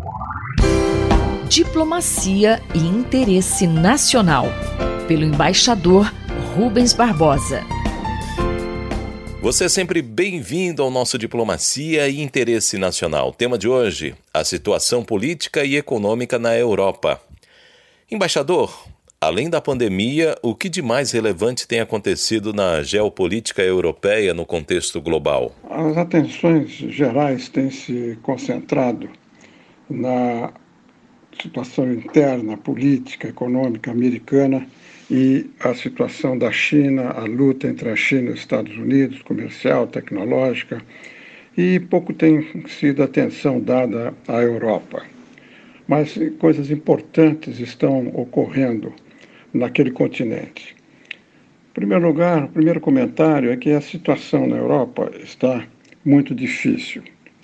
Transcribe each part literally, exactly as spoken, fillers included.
Diplomacia e Interesse Nacional, pelo embaixador Rubens Barbosa. Você é sempre bem-vindo ao nosso Diplomacia e Interesse Nacional. Tema de hoje, a situação política e econômica na Europa. Embaixador, além da pandemia, o que de mais relevante tem acontecido na geopolítica europeia no contexto global? As atenções gerais têm se concentrado na situação interna, política, econômica americana e a situação da China, a luta entre a China e os Estados Unidos, comercial, tecnológica, e pouco tem sido atenção dada à Europa. Mas coisas importantes estão ocorrendo naquele continente. Em primeiro lugar, o primeiro comentário é que a situação na Europa está muito difícil.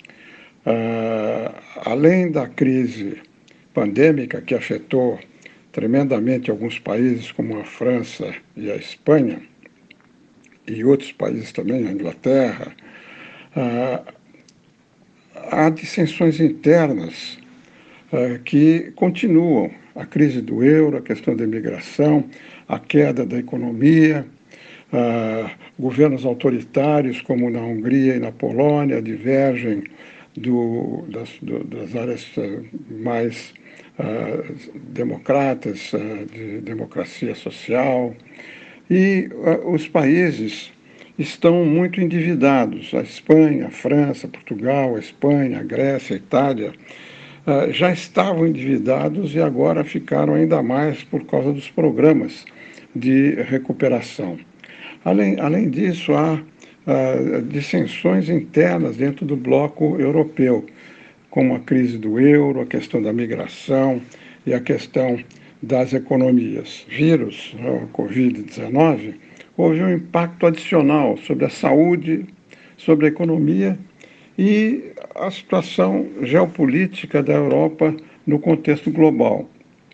Uh, além da crise pandêmica que afetou tremendamente alguns países como a França e a Espanha, e outros países também, a Inglaterra, uh, há dissensões internas uh, que continuam. A crise do euro, a questão da imigração, a queda da economia, uh, governos autoritários como na Hungria e na Polônia divergem do, das, do, das áreas uh, mais uh, democratas, uh, de democracia social, e uh, os países estão muito endividados. A Espanha, a França, Portugal, a Espanha, a Grécia, a Itália, uh, já estavam endividados e agora ficaram ainda mais por causa dos programas de recuperação. Além, além disso, há Uh, dissensões internas dentro do bloco europeu, como a crise do euro, a questão da migração e a questão das economias. Vírus, o covid dezenove, houve um impacto adicional sobre a saúde, sobre a economia e a situação geopolítica da Europa no contexto global.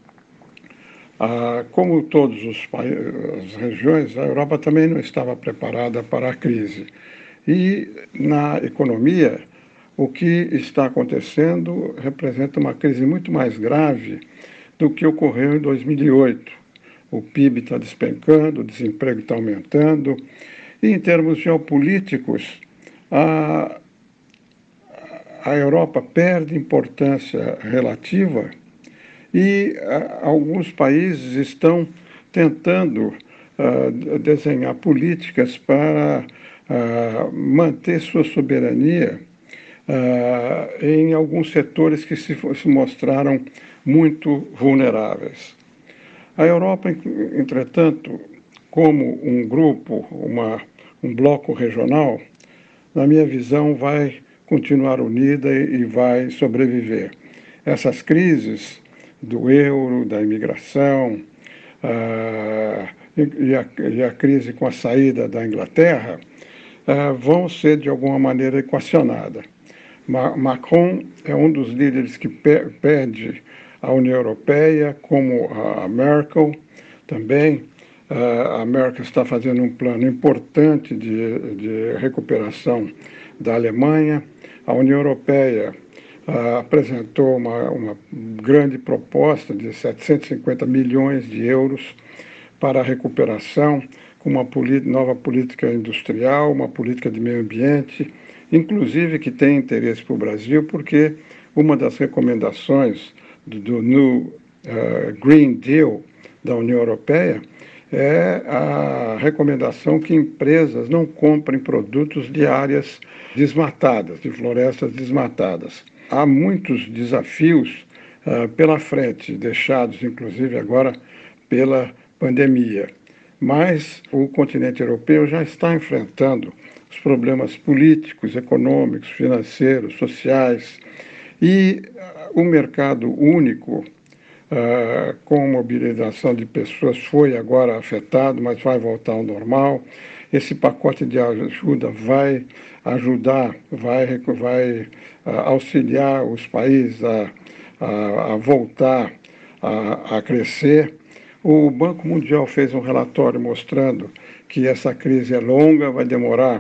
Ah, como todas as regiões, a Europa também não estava preparada para a crise. E na economia, o que está acontecendo representa uma crise muito mais grave do que ocorreu em dois mil e oito. O P I B está despencando, o desemprego está aumentando. E em termos geopolíticos, a, a Europa perde importância relativa e uh, alguns países estão tentando uh, desenhar políticas para uh, manter sua soberania uh, em alguns setores que se, se mostraram muito vulneráveis. A Europa, entretanto, como um grupo, uma, um bloco regional, na minha visão, vai continuar unida e, e vai sobreviver. Essas crises do euro, da imigração, uh, e, a, e a crise com a saída da Inglaterra, uh, vão ser, de alguma maneira, equacionadas. Ma- Macron é um dos líderes que pe- pede a União Europeia, como a Merkel também. Uh, a Merkel está fazendo um plano importante de, de recuperação da Alemanha. A União Europeia Uh, apresentou uma, uma grande proposta de setecentos e cinquenta milhões de euros para a recuperação, com uma nova política industrial, uma política de meio ambiente, inclusive que tem interesse para o Brasil, porque uma das recomendações do, do New uh, Green Deal da União Europeia é a recomendação que empresas não comprem produtos de áreas desmatadas, de florestas desmatadas. Há muitos desafios uh, pela frente, deixados inclusive agora pela pandemia. Mas o continente europeu já está enfrentando os problemas políticos, econômicos, financeiros, sociais. E uh, o mercado único, uh, com mobilização de pessoas, foi agora afetado, mas vai voltar ao normal. Esse pacote de ajuda vai ajudar, vai, vai uh, auxiliar os países a, a, a voltar a, a crescer. O Banco Mundial fez um relatório mostrando que essa crise é longa, vai demorar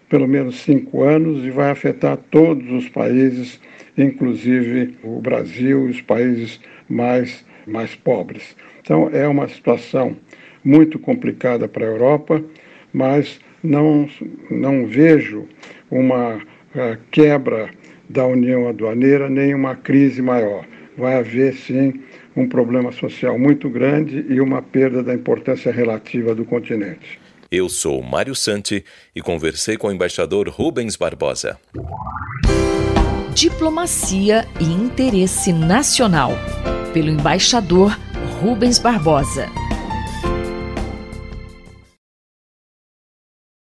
pelo menos cinco anos e vai afetar todos os países, inclusive o Brasil e os países mais, mais pobres. Então, é uma situação muito complicada para a Europa, mas não, não vejo uma uh, quebra da União Aduaneira nem uma crise maior. Vai haver, sim, um problema social muito grande e uma perda da importância relativa do continente. Eu sou Mário Santi e conversei com o embaixador Rubens Barbosa. Diplomacia e interesse nacional, pelo embaixador Rubens Barbosa.